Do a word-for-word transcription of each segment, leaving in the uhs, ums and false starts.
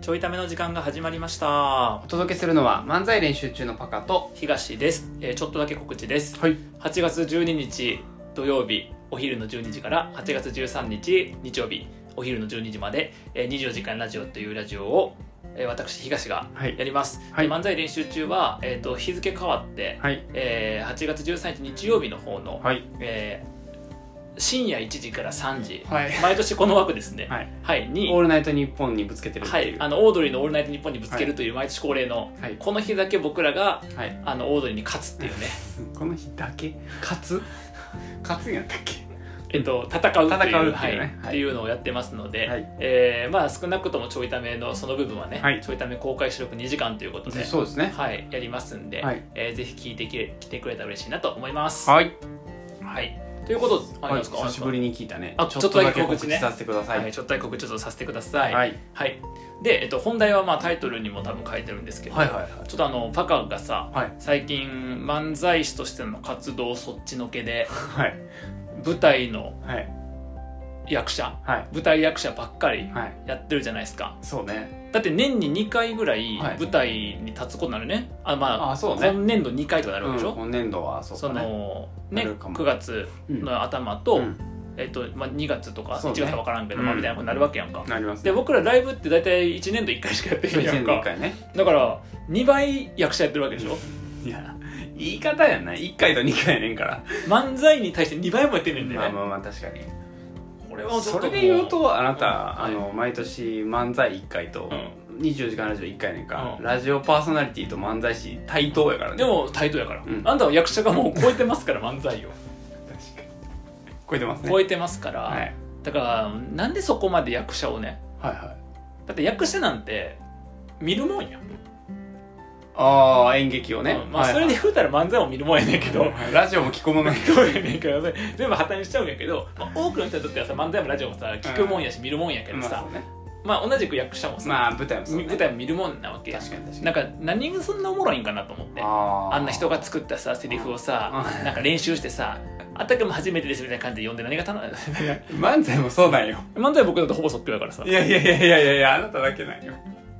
ちょいための時間が始まりました。 お届けするのは漫才練習中のパカと東です、えー、ちょっとだけ告知です、 はい、 はちがつじゅうににち土曜日お昼のじゅうにじからはちがつじゅうさんにち日曜日お昼のじゅうにじまで、えー、にじゅうよじかんラジオというラジオを、えー、私東がやります、はいはい、漫才練習中は、えー、と日付変わって、はいえー、はちがつじゅうさんにち日曜日の方の、はいえー深夜いちじからさんじ、はい、毎年この枠ですね、はいはい、にオールナイトニッポンにぶつけてるっていう、 はい、あのオードリーのオールナイトニッポンにぶつけるという毎年恒例の、はい、この日だけ僕らが、はい、あのオードリーに勝つっていうねこの日だけ勝つ勝つんやったっけえっと、戦うっていう、 戦うっていうね、 はいはい、っていうのをやってますので、はいえーまあ、少なくともちょいためのその部分はね、はい、ちょいため公開収録にじかんということで、 そうですね、 はい、やりますんで、はいえー、ぜひ聞いてきてくれたら嬉しいなと思います。 はい、 はいということありますか、 はい、久しぶりに聞いたね。 あちょっとだけ告知ねさせてください、 はい、ちょっとだけ告知させてください。はい、はい、で、えっと、本題はまあタイトルにも多分書いてるんですけど、はいはいはい、ちょっとあのパカがさ、はい、最近漫才師としての活動そっちのけで、はい、舞台の役者、はい、舞台役者ばっかりやってるじゃないですか、はい、そうね。だって年ににかいぐらい舞台に立つことになるね、はい、あまああそうね、今年度にかいとかなるわけでしょ、うん、 今年度はそうかね、そのねくがつの頭と、うん、えっとまあ、にがつとかいちがつは分からんけど、ねまあ、みたいなことになるわけやんか、うん、なりますね。で僕らライブって大体いちねんどいっかいしかやってるやんか、いちねんどいっかいね、だからにばい役者やってるわけでしょいや言い方やんな、いっかいとにかいやねんから漫才に対してにばいもやってんねんだよね。 まあまあまあ確かに。 これはそれで言うとあなた、うん、あの毎年漫才いっかいと、うん、にじゅうよじかんラジオいっかいねんか、うん、ラジオパーソナリティと漫才師対等やからね。 でも対等やから、うん、あんたは役者がもう超えてますから漫才を確かに超えてますね、 超えてますから、はい、だからなんでそこまで役者をね、はいはい、だって役者なんて見るもんや。 ああ演劇をね、 うん、まあそれで言うたら漫才も見るもんやねんけど、はいはい、ラジオも聞くもんやねんけど全部破綻しちゃうんやけど、まあ、多くの人にとってはさ漫才もラジオもさ聞くもんやし見るもんやけどさ、まあね、まあ同じく役者もさ、 まあ、舞台もそう、ね、 舞台も見るもんなわけや。確かに確かに。なんか何がそんなおもろいんかなと思って、 あ, あんな人が作ったさセリフをさなんか練習してさあたかも初めてですみたいな感じで読んで何が楽しい漫才もそうなんよ。 漫才僕だとほぼ即興だからさ。 いやいやいやいやいやいやあなただけなんよ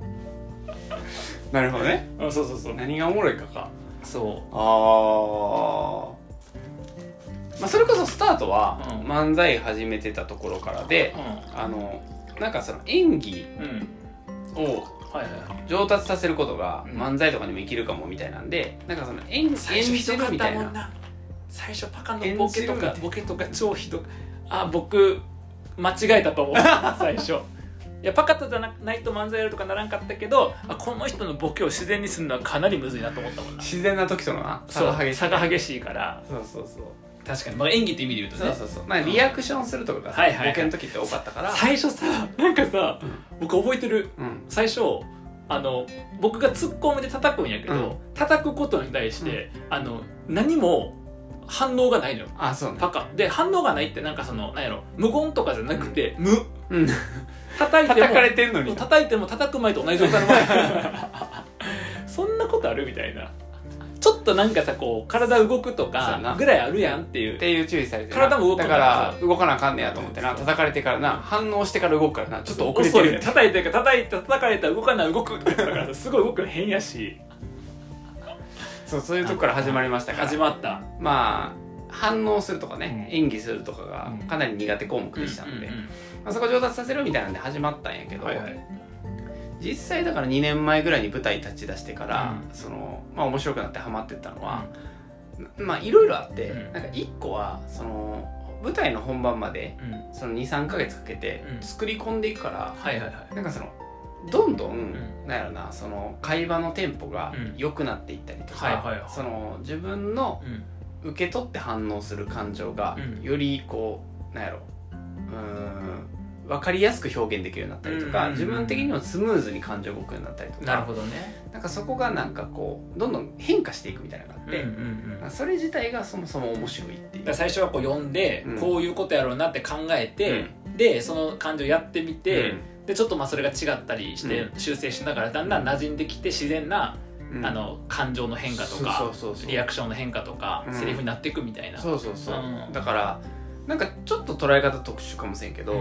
なるほどね。 あそうそうそう。 何がおもろいかか。 そう。 ああ。まあそれこそスタートは漫才始めてたところからで、うん、あのなんかその演技を上達させることが漫才とかにも生きるかもみたいなんで、なんかその演演じるみたいな。 最初パカのボケとかボケとか超ひどく、あ僕間違えたと思う最初。いやパカとじゃないと漫才やるとかならんかったけど、あこの人のボケを自然にするのはかなりむずいなと思ったもんな。 自然な時とのな差が激しい、差が激しいから。 そうそうそう確かに、まあ、演技って意味で言うとね、 そうそうそう、まあ、リアクションするとかさ、うん、ボケの時って多かったから、 最初さなんかさ、うん、僕覚えてる、うん、最初あの僕がツッコミで叩くんやけど、うん、叩くことに対して、うん、あの何も反応がないのよ。 あそうね。 パカで反応がないってなんかそのなんやろ無言とかじゃなくて、うん、無、うん、叩いても叩かれてんのに叩いても叩く前と同じ状態の前そんなことあるみたいな。ちょっとなんかさこう体動くとかぐらいあるやんっていうっていう注意されてる。 体も動くだから動かなあかんねやと思ってな、叩かれてからな反応してから動くからなちょっと遅れてる、ね、 叩いてるから叩いて叩かれたら動かない動くってだからすごい動くの変やしそうそういうとこから始まりましたから始まった。 まあ反応するとかね、うん、演技するとかがかなり苦手項目でしたので、まあ、そこ上達させるみたいなんで始まったんやけど、はいはい、実際だからにねんまえぐらいに舞台立ち出してから、うん、そのまあ面白くなってハマってったのは、うん、まあいろいろあって、うん、なんかいっこはその舞台の本番まで、うん、そのにさんかげつかけて作り込んでいくから、うんはいはいはい、なんかそのどんどん、うん、なんやろなその会話のテンポが良くなっていったりとか、うんはいはいはい、その自分の受け取って反応する感情がよりこうなんやろうーん分かりやすく表現できるようになったりとか、うんうんうん、自分的にもスムーズに感情が動くようになったりとか。 なるほどね。 なんかそこがなんかこうどんどん変化していくみたいなのがあって、うんうんうん、それ自体がそもそも面白いっていう。 だ最初はこう読んで、うん、こういうことやろうなって考えて、うん、でその感情やってみて、うん、でちょっとまあそれが違ったりして修正しながらだんだん馴染んできて自然な、うん、あの感情の変化とかリアクションの変化とか、うん、セリフになっていくみたいな。 そうそうそう、うん、だからなんかちょっと捉え方特殊かもしれんけど、うん、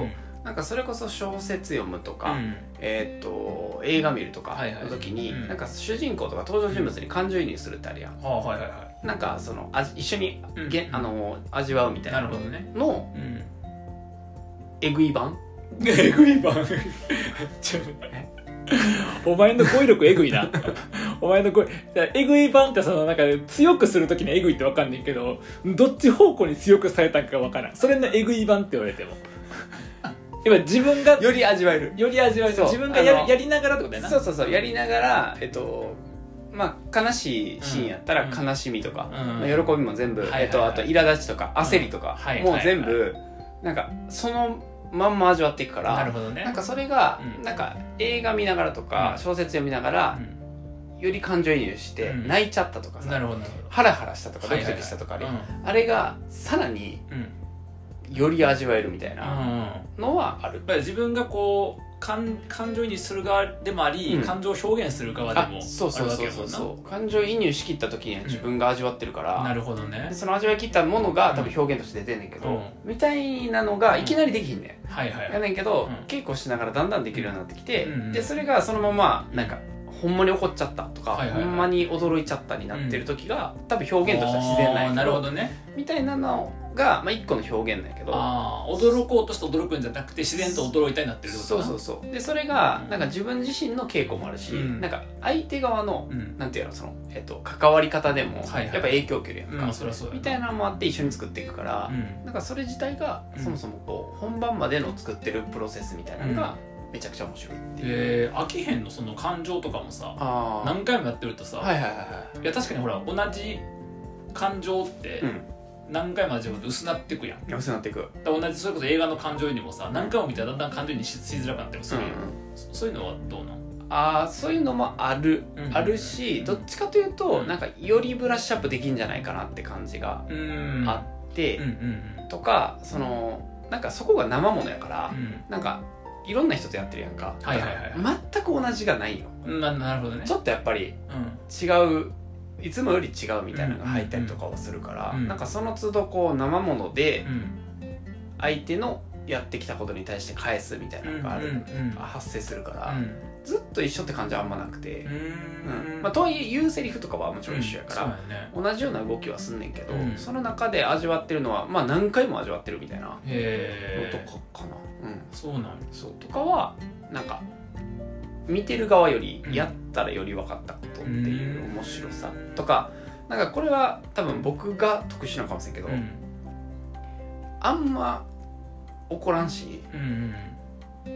なんかそれこそ小説読むとか、うん、えー、と映画見るとかの時に、はいはい、なんか主人公とか登場人物に感情移入するってあるやん、うん、はいはいはい、なんかそのあ一緒に、うん、あの味わうみたいなのの、ね、うん、えぐい版えぐい版ちょお前の語彙力えぐいなお前の語彙えぐい版ってそのなんか強くするときにえぐいって分かんないけど、どっち方向に強くされたんか分からん。それのえぐい版って言われても今自分がより味わえるより味わえる自分がやり、やりながらってことだよな。 そうそうそう、やりながら、えっとまあ悲しいシーンやったら悲しみとか、うんうん、喜びも全部、うん、えっとあと苛立ちとか焦りとか、うん、もう全部、はいはいはい、なんかそのまんま味わっていくから、なるほどね、なんかそれが、うん、なんか映画見ながらとか、うん、小説読みながら、うん、より感情移入して、うん、泣いちゃったとかさ、なるほどハラハラしたとかドキドキしたとかある、はいはいはい、あれがさらに、うんより味わえるみたいなのはある、 うん、自分がこう感, 感情移入する側でもあり、うん、感情を表現する側でもあるわけそうそうそうそうそう感情移入しきった時には自分が味わってるから、 うん、なるほどね。 でその味わいきったものが多分表現として出てんねんけど、うん、みたいなのがいきなりできひんねん、うん、はいはい、やねんけど、うん、稽古しながらだんだんできるようになってきて、うん、でそれがそのままなんかほんまに怒っちゃったとか、はいはいはい、ほんまに驚いちゃったになってる時が、うん、多分表現としては自然なんやけど、 なるほどね、 みたいなのが、まあ、一個の表現なんやけど、 あ驚こうとして驚くんじゃなくて自然と驚いたになってるってことかな。 そうそうそう。でそれがなんか自分自身の稽古もあるし、うん、なんか相手側の、うん、なんていうのその、えっと、関わり方でもやっぱ影響を受けるやんか、うん、そりゃそうやなみたいなのもあって一緒に作っていくから、うん、なんかそれ自体がそもそもこう本番までの作ってるプロセスみたいなのが、めちゃくちゃ面白いっていう。 えー、飽きへんのその感情とかもさ何回もやってるとさ、はいはいはいはい、いや確かにほら同じ感情って、うん何回も味わうと薄なっていくやん。 薄なっていく。 同じそれこそ映画の感情にもさ何回も見たらだんだん感情にしづらくなってもするやん、うん、そういうのはどうなん？ ああそういうのもある、うん、あるし、どっちかというと、うん、なんかよりブラッシュアップできんじゃないかなって感じがあって、うんうんうん、とかそのなんかそこが生ものやから、うん、なんかいろんな人とやってるやんか、はいはいはいはい、全く同じがないよ。 な, なるほどね。 ちょっとやっぱり違う、いつもより違うみたいなのが入ったりとかはするから、うんうん、なんかその都度こう生もので相手のやってきたことに対して返すみたいなのがある、うんうんうん、発生するから、うん、ずっと一緒って感じはあんまなくて、うんうんまあ、とはいえ言うセリフとかはもちろん一緒やから、うんね、同じような動きはすんねんけど、うん、その中で味わってるのはまあ何回も味わってるみたいなのとかかな、うん、 そうなんそうとかはなんか見てる側よりやったらより分かったことっていう面白さとか、なんかこれは多分僕が特殊なのかもしれんけど、うん、あんま怒らんし、うんうん、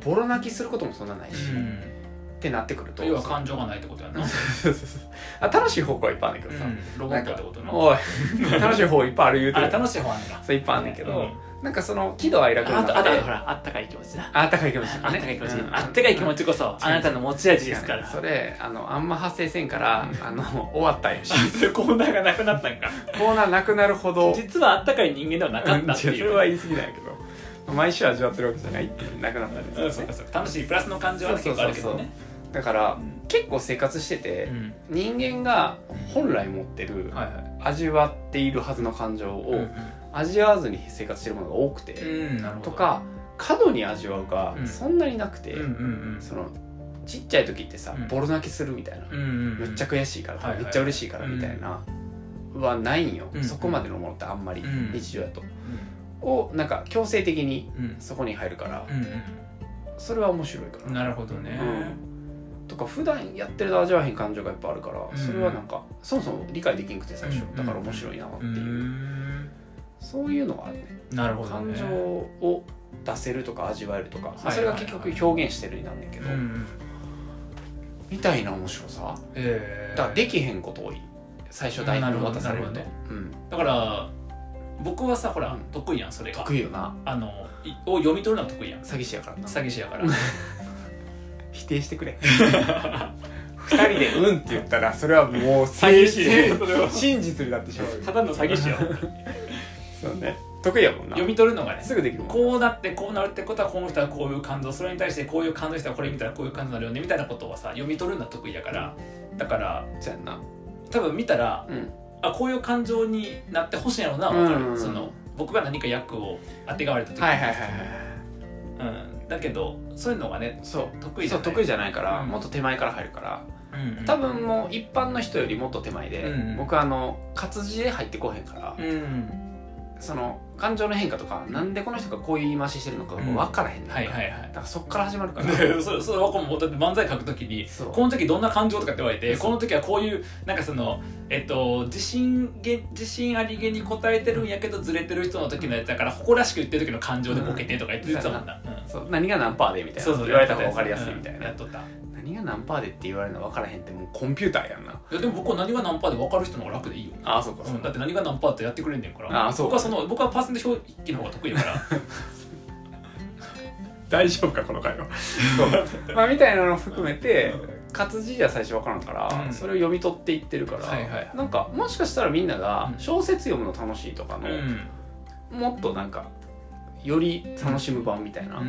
ボロ泣きすることもそんなないし、うん、ってなってくると要は感情がないってことやなあ楽しい方向はいっぱいあるんだけどさ、うん、 ロボットってことなおい楽しい方いっぱいある言うてるあ楽しい方あるんだそういっぱいあるんだけど、うんなんかその喜怒哀楽の中で あ, あ, ほらあったかい気持ちなあったかい気持ち、ね、 あったかい気持ち、うん、あったかい気持ちこそあなたの持ち味ですから、 それあのあんま発生せんからあの終わったんやしコーナーがなくなったんかコーナーなくなるほど実はあったかい人間ではなかったっていう、うん、 それは言い過ぎなんやけど毎週味わってるわけじゃないってなくなったんですよね。 そうかそうか楽しいプラスの感情は結構あるけどね。そうそうそうそうだから、うん、結構生活してて、うん、人間が本来持ってる、うんはいはい、味わっているはずの感情を、うんうん味わわずに生活してるものが多くて、うん、なるほどとか過度に味わうがそんなになくて、うんうんうんうん、そのちっちゃい時ってさ、うん、ボロ泣きするみたいな、うんうんうん、めっちゃ悔しいから、はいはい、めっちゃ嬉しいからみたいな、うん、はないんよ、うんうん、そこまでのものってあんまり、うん、日常やと、うん、をなんか強制的にそこに入るから、うんうんうん、それは面白いからなるほどね、 うん、とか普段やってると味わえへん感情がいっぱいあるから、うん、それはなんかそもそも理解できんくて最初、うん、だから面白いなっていう、うんそういうのはあるね。 なるほどね。 感情を出せるとか味わえるとか、はいはいはい、それが結局表現してるになんねんけど、うん、みたいな面白さ、えー、だからできへんこと多い最初台本渡されると、 うん、だから僕はさほら、うん、得意やんそれが得意よなあのを読み取るのが得意やん詐欺師やからな詐欺師やから否定してくれふたりでうんって言ったらそれはもう詐欺師真実になってしまうただの詐欺師よそうね得意やもんな読み取るのがねすぐできるもんこうなってこうなるってことはこの人はこういう感情それに対してこういう感情したらこれ見たらこういう感情になるよねみたいなことはさ読み取るのは得意やからだからそうやんな多分見たら、うん、あこういう感情になってほしいやろうな分かる、うんうん、その僕が何か役をあてがわれた時に、はいはいはいはい、 うん、だけどそういうのがねそう得意じゃないそう得意じゃないから、うん、もっと手前から入るから、うんうん、多分もう一般の人よりもっと手前で、うんうん、僕はあの活字で入ってこへんから、うんうん、その感情の変化とか、なんでこの人がこういう言い回ししてるのか分からへんねん、うん、はいはいはい、だからそっから始まるからそれそれ僕もだって漫才書くときにこの時どんな感情とかって言われて、この時はこういうなんかそのえっと自信げ自信ありげに答えてるんやけどずれてる人の時のやつだから誇らしく言ってる時の感情でボケてとか言ってたもんな、 うん、そう何が何パーでみたいな言われた方が分かりやすいみたいな、やっとった何が何パーでって言われるの分からへんってもうコンピューターやんな。 いやでも僕は何が何パーで分かる人の方が楽でいいよ。 ああそうかそうか、 うん、だって何が何パーってやってくれんねんから。ああそうか。僕はその僕はパーセント表記の方が得意だから大丈夫かこの会話そうまあみたいなのを含めて活字じゃ最初分からんから、うん、それを読み取っていってるから、はいはい、なんかもしかしたらみんなが小説読むの楽しいとかの、うん、もっとなんかより楽しむ版みたいな、うん、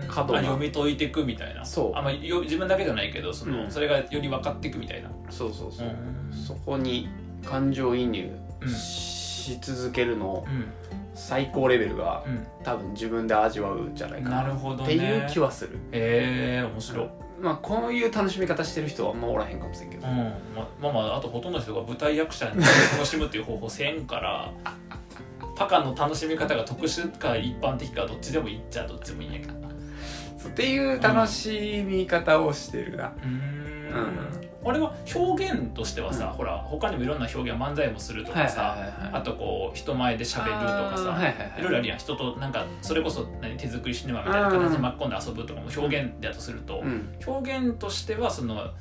角が読み解いていくみたいな、そうあんまり自分だけじゃないけどその、うん、それがより分かっていくみたいな、 そうそうそう、うん、そこに感情移入し続けるの、うん、最高レベルが、うん、多分自分で味わうんじゃないか な, なるほど、ね、っていう気はする。 へえー、面白い。 まあこういう楽しみ方してる人はあんまおらへんかもしれんけど、うん、ままあまああとほとんどの人が舞台役者に楽しむっていう方法せんからパカの楽しみ方が特殊か一般的かどっちでもいいっちゃどっちもいいんやけどっていう楽しみ方をしてるな。うん、 うんあれは表現としてはさ、うん、ほら他にもいろんな表現漫才もするとかさ、はいはいはいはい、あとこう人前で喋るとかさ、はいはいはい、いろいろあるやん。人となんかそれこそ何手作りシネマみたいな形で巻き込んで遊ぶとかも表現だとすると、うん、表現としてはその、はいはい、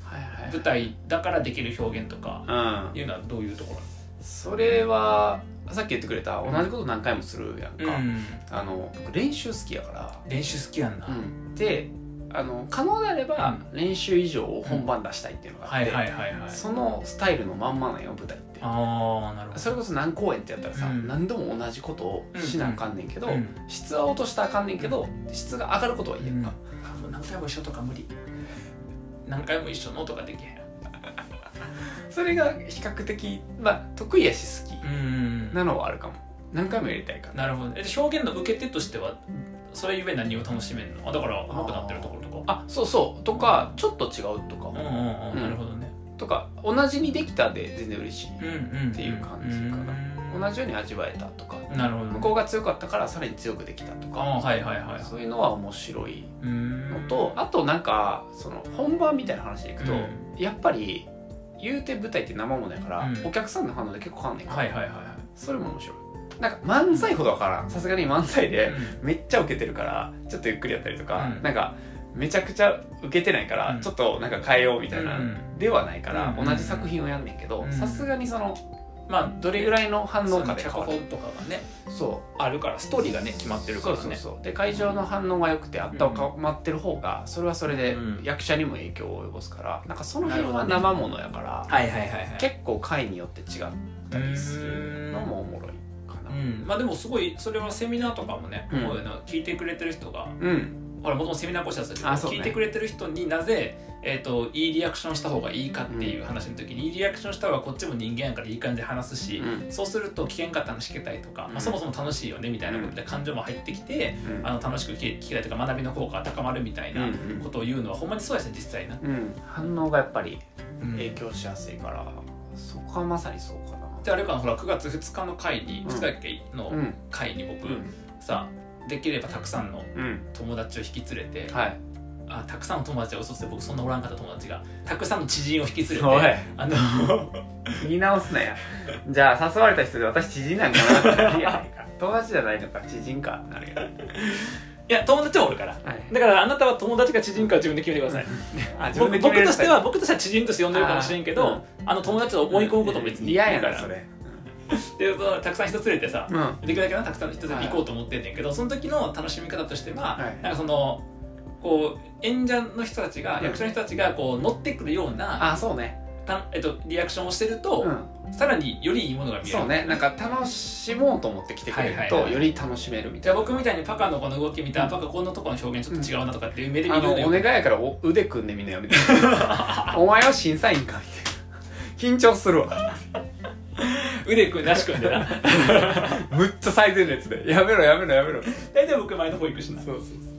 舞台だからできる表現とかいうのはどういうところ？ それはさっき言ってくれた同じこと何回もするやんか、うん、あの僕練習好きやから練習好きやんな、うん、であの可能であれば練習以上を本番出したいっていうのがあって、そのスタイルのまんまなんよ舞台って。あなるほど。それこそ何公演ってやったらさ、うん、何度も同じことをしなあかんねんけど、うんうん、質は落としたらあかんねんけど質が上がることはいいやんか、 うん、何回も一緒とか無理。何回も一緒のとかできへんそれが比較的、まあ、得意やし好きなのはあるかも。何回もやりたいから。 なるほど。え表現の受け手としてはそれゆえ何を楽しめるの？あだから上手くなってるところとか。 あそうそうとか、うん、ちょっと違うとか。 うんうんうんうん、なるほどね。 とか同じにできたで全然嬉しいっていう感じかな。うんうん、同じように味わえたとか。なるほど、ね。向こうが強かったからさらに強くできたとか。あはいはいはい。そういうのは面白いのと、あとなんかその本番みたいな話でいくと、うん、やっぱり言うて舞台って生ものやから、うん、お客さんの反応で結構変わんねんから。はいはいはいはい。それも面白い。なんか漫才ほどわからん。さすがに漫才でめっちゃウケてるからちょっとゆっくりやったりとか、うん、なんかめちゃくちゃウケてないから、うん、ちょっとなんか変えようみたいな、うん、ではないから、うん、同じ作品をやんねんけど、さすがにそのまあどれぐらいの反応かで変わる。 脚本とかがねそうあるからストーリーがね決まってるからね。そうそうそうで会場の反応が良くてあったまってる方がそれはそれで役者にも影響を及ぼすから、なんかその辺は生ものやから、はいはいはいはい、結構回によって違ったりするのもおもろい。 うん、まあでもすごいそれはセミナーとかもね、うん、聞いてくれてる人が、うん、ほらもともとセミナー講師だったけど、ね、聞いてくれてる人になぜ、えーと、いいリアクションした方がいいかっていう話の時に、うん、いいリアクションした方がこっちも人間やからいい感じで話すし、うん、そうすると危険かった話聞けたりとか、うんまあ、そもそも楽しいよねみたいなことで感情も入ってきて、うん、あの楽しく聞けたりとか学びの効果が高まるみたいなことを言うのはほんまにそうですね実際な、うん、 反応がやっぱり影響しやすいから、うん、そこはまさにそうかな。 であれかなほらくがつふつかの会に、うん、ふつかだっけの会に僕、うん、さできればたくさんの友達を引き連れて、うんはい、あたくさんの友達は嘘ついて僕そんなおらんかった友達がたくさんの知人を引き連れてあの言い直すなや。じゃあ誘われた人で私知人なんかなっていや友達じゃないのか知人かなるけどいや友達はおるから、はい、だからあなたは友達か知人か自分で決めてください、うん、あ自分で決める僕としては僕としては知人として呼んでるかもしれんけど あ,、うん、あの友達を思い込むことも別に嫌やなそれでたくさん人連れてさ、うん、できるだけなたくさんの人連れて行こうと思ってんねんけど、はい、その時の楽しみ方としては、はい、なんかそのこう演者の人たちが、うん、役者の人たちがこう乗ってくるようなあそうねた、えっと、リアクションをしてると、うん、さらによりいいものが見える。 そうねなんか楽しもうと思って来てくれると、はいはいはい、より楽しめるみたいな。 僕みたいにパカのこの動き見たら、うん、パカこんなところの表現ちょっと違うなとかっていう目で見るのよ、 うん、あのお願いやからお腕組んでみんなよみたいなお前は審査員かみたいな緊張するわ腕組んで足組んでなむっちゃ最前列でやめろやめろやめろ大体僕前の方行くしな。 そうそうそう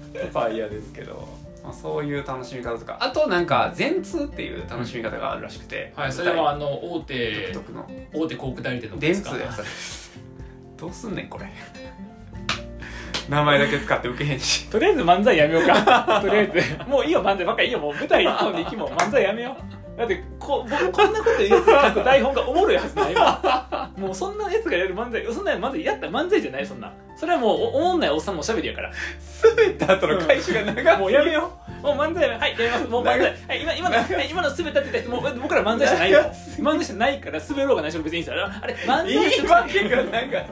とかは嫌ですけど、まあ、そういう楽しみ方とか、あとなんか全通っていう楽しみ方があるらしくて、 はい、それはあの大手独特の大手広告代理店の電通やそれどうすんねんこれ名前だけ使って受けへんしとりあえず漫才やめようかとりあえずもういいよ漫才ばっかりいいよ、もう舞台一本で行きも漫才やめよう。だってこ僕こんなこと言うやつが書く台本がおもろいはずないわもうそんなやつがやる漫才、そんな漫才やったら漫才じゃない、そんなそれはもうおもんないおっさんのおしゃべりやから、 滑った後の回収が長い、もうやめよう、もう漫才やめはいやめます、もう漫才、はい、今今の、はい、今の滑ったって言った人もう僕ら漫才じゃないよ漫才じゃないから滑ろうがないしろ別にいいんですよ、あれ漫才言い訳がなんか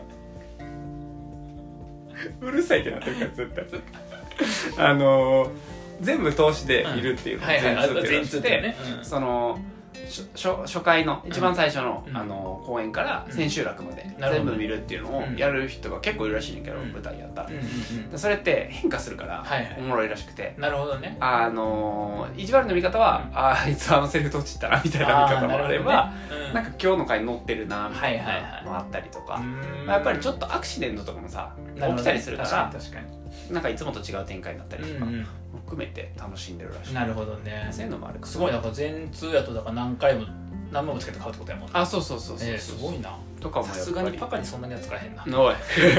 うるさいってなってるからずっとあのー、全部通しでいるっていうのを全通っていうのをして、その初, 初回の一番最初の、うん、あの公演から千秋楽まで全部見るっていうのをやる人が結構いるらしいんだけど、うん、舞台やったら、うんうんうん、それって変化するからおもろいらしくて、 なるほどね、 あの意地悪な見方は、うん、あ, あいつあのセリフとちったなみたいな見方もあれば、ね、うん、なんか今日の回に乗ってるなみたいなのもあったりとか、やっぱりちょっとアクシデントとかもさ起きたりするから、確かに確かになんかいつもと違う展開になったりとか、うんうん、含めて楽しんでるらしい。 なるほどね。 そういうのもあるからすごい、なんか全通やとだから何回も何万もつけて買うってことやもんね。 あ、そうそうそうそう、 えー、すごいな。 とかもさすがにパカにそんなには使えへんな。 おい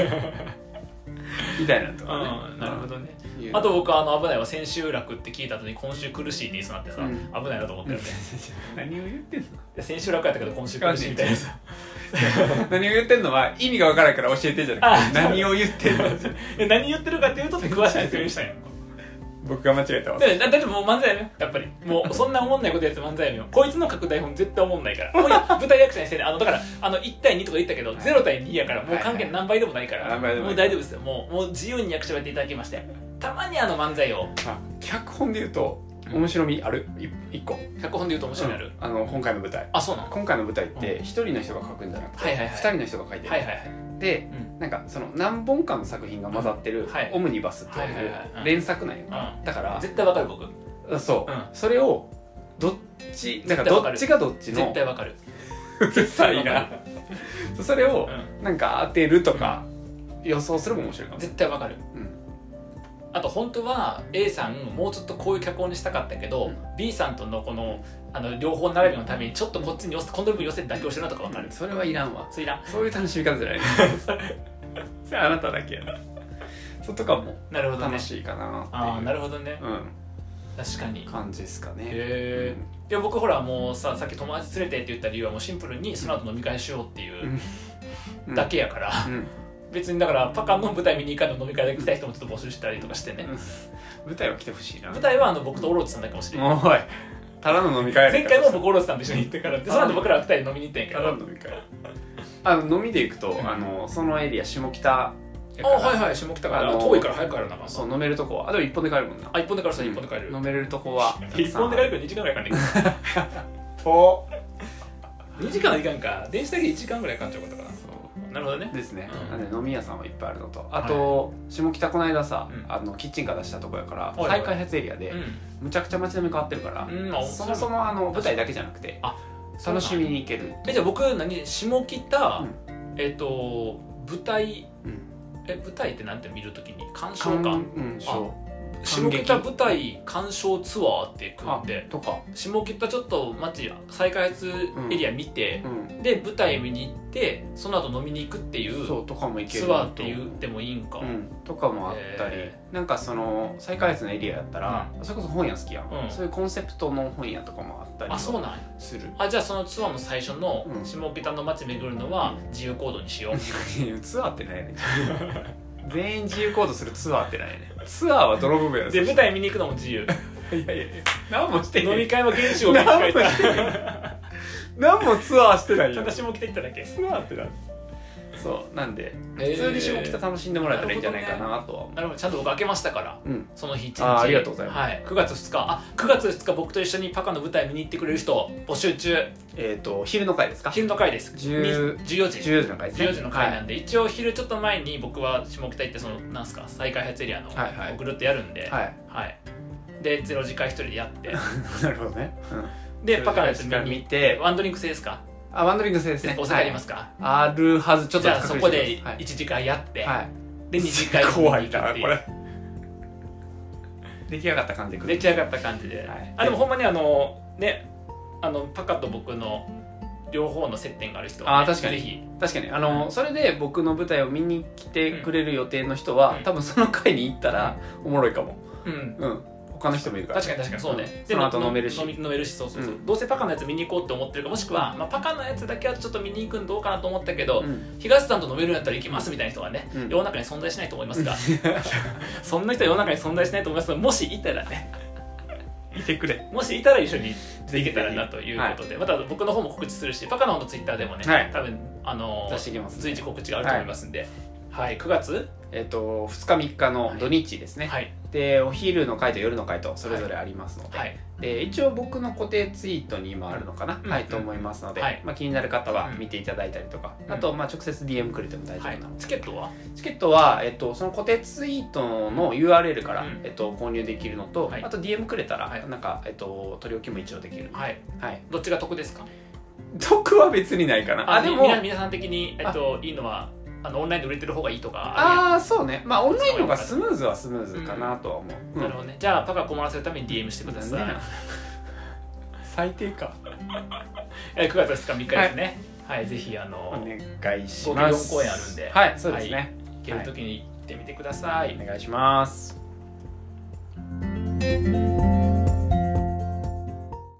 みたいなとかね、 うん、なるほどね。あと僕はあの危ないは千秋楽って聞いた後に今週苦しいって言いそうになってさ、うん、危ないなと思ったよね何を言ってんの。いや千秋楽やったけど今週苦しいみたいなさ何を言ってんのは意味が分からんから教えてんじゃなくて何を言ってんの何言ってるかっていうと詳しい説明したんや僕が間違えたわ。 だってもう漫才やめよ、やっぱりもうそんなおもんないことやつ漫才やめよこいつの書く台本絶対おもんないからもう舞台役者にしてね、あのだからあのいちたいにとか言ったけど、はい、ゼロたいにやからもう関係何倍でもないから、はいはい、もう大丈夫ですよ、もうもう自由に役者やっていただきまして、たまにあの漫才をあ脚本で言うと面白みあるいっこ。 脚本で言うと面白みある、 うん、あの今回の舞台。 あ、そうなの。今回の舞台ってひとりの人が書くんじゃなくて、はいはいはい、ふたりの人が書いてる、はいはいはい、で、うん、なんかその何本かの作品が混ざってる、うんはい、オムニバスっていう連作なんよ、うん、だから絶対わかる僕そう、うん、それをどっちなんかどっちがどっちの絶対わかる絶対いいなそれをなんか当てるとか予想するも面白いかも。 絶対わかる、うん、あと本当は A さんもうちょっとこういう脚本にしたかったけど、うん、B さんとのこのあの両方並びのためにちょっとこっちに寄せこの部分寄せて妥協してるなとか分かる、うん、 それはいらんわ。 それいらん、 そういう楽しみ方じゃないそれあなただけやなそとかも楽しいかなっていう。 ああ、なるほどね、うん、確かに感じですかね。へえ、うん、で僕ほらもうささっき友達連れてって言った理由はもうシンプルにその後飲み会しようっていうだけやから、うんうん、別にだからパカの舞台見に行かんの飲み会で来た人もちょっと募集したりとかしてね、 舞台は来てほしいな。 舞台はあの僕とオロチさんだけかもしれない。 おいただの飲み会や前回も僕オロチさんと一緒に行ってからで、その後僕らふたりで飲みに行ったんやけど、 ただの飲み会あの飲みで行くと、うん、あのそのエリア下北あ、はいはい、下北から遠いから早く帰るな。 そう飲めるとこはあでも一本で帰るもんな。 あ、一本で帰るさ、一本で帰る、 飲めれるとこは一本で帰るからにじかんぐらいかかんねん遠にじかんはいかんか、電車だけいちじかんぐらいかかっちゃうことかな。なるほどね。 ですね、うん、なんで飲み屋さんはいっぱいあるのと、あと、はい、下北この間さ、うん、あのキッチンカー出したとこやから、はい、再開発エリアで、うん、むちゃくちゃ街並み変わってるから、うん、そもそもあの舞台だけじゃなくて楽しみに行ける。 え、じゃあ僕何下北、うん、えっ、ー、と舞台、うん、え舞台ってなんて見るときに鑑賞か、うん、下北舞台鑑賞ツアーって組んでとか下北ちょっと街再開発エリア見て、うんうん、で舞台見に行ってその後飲みに行くっていうそうとかも行けるツアーって言ってもいいんか、 うん、とかもあったり、えー、なんかその再開発のエリアやったら、うん、それこそ本屋好きやん、うん、そういうコンセプトの本屋とかもあったりあそうなんする。 あじゃあそのツアーの最初の下北の街巡るのは自由行動にしよう、 うん、ツアーって何やねん全員自由行動するツアーってないね。ツアーは泥部分やろ。 で舞台見に行くのも自由。 いやいやいや何もしてへん。 飲み会は現地を見に帰った何もツアーしてないよ。 私も来ていっただけ。 ツアーってなんそうなんで、えー、普通に下北楽しんでもらえたらいいんじゃないかなとは思う。 なるほど、ちゃんと僕開けましたから、うん、その日一日あ, ありがとうございます、 はい、くがつふつかあくがつふつか僕と一緒にパカの舞台見に行ってくれる人募集中。 えっ、ー、と昼の回ですか。 昼の回です。 じゅうよじじゅうよじの回ですね。じゅうよじの回なんで、はい、一応昼ちょっと前に僕は下北行ってそのなんすか再開発エリアのぐるっとやるんで、はいはい、でゼロ時間一人でやってなるほどね、 うん、でパカのやつ見てワンドリンク制ですか。 あ、ワンドリンク制ですね。 お酒ありますか、 はい、あるはず。ちょっとじゃあそこでいちじかんやって、はい、でにじかん怖いなこれ出来上がった感じで出来上がった感じで、はい、あでもほんまにあのねあのパカと僕の両方の接点がある人は、ね、 あ確かにぜひ確かにあの、うん、それで僕の舞台を見に来てくれる予定の人は、うん、多分その回に行ったらおもろいかも。うん、うん他の人もいるから、 確かに確かにそうね、 うん、その後飲めるし飲めるしそうそうそう、うん、どうせパカのやつ見に行こうって思ってるかもしくは、まあ、パカのやつだけはちょっと見に行くのどうかなと思ったけど、うん、東さんと飲めるんやったら行きますみたいな人がね、うん、世の中に存在しないと思いますがそんな人は世の中に存在しないと思いますがもしいたらねいてくれもしいたら一緒に行けたらなということで、はい、また僕の方も告知するしパカの方のツイッターでもね、はい、多分あの出していきます、ね、 随時告知があると思いますんで、はいはい、くがつえっとふつかみっかの土日ですね、はい、でお昼の回と夜の回とそれぞれありますので、はい、で一応僕の固定ツイートに今あるのかな、うん、はい、と思いますので、はい、まあ、気になる方は見ていただいたりとか、うん、あとまあ直接 ディーエム くれても大丈夫なので、はい、 チケットはチケットは、えっと、その固定ツイートの ユーアールエル から、うん、えっと、購入できるのと、はい、あと ディーエム くれたら、はい、なんか、えっと、取り置きも一応できるので、はいはい、どっちが得ですか？ 得は別にないかな。 あでも皆さん的に、えっと、いいのはあのオンラインで売れてる方がいいとかああそうね、まあオンラインの方がスムーズはスムーズかなとは思う、 うん、なるほどね。じゃあパカ困らせるために ディーエム してください、ね、 最低かくがつふつかみっかですね、はい、はい、ぜひあのお願いします。 よん公演あるんで、 はいそうですね、はい、 行ける時に行ってみてください、 はい、お願いします。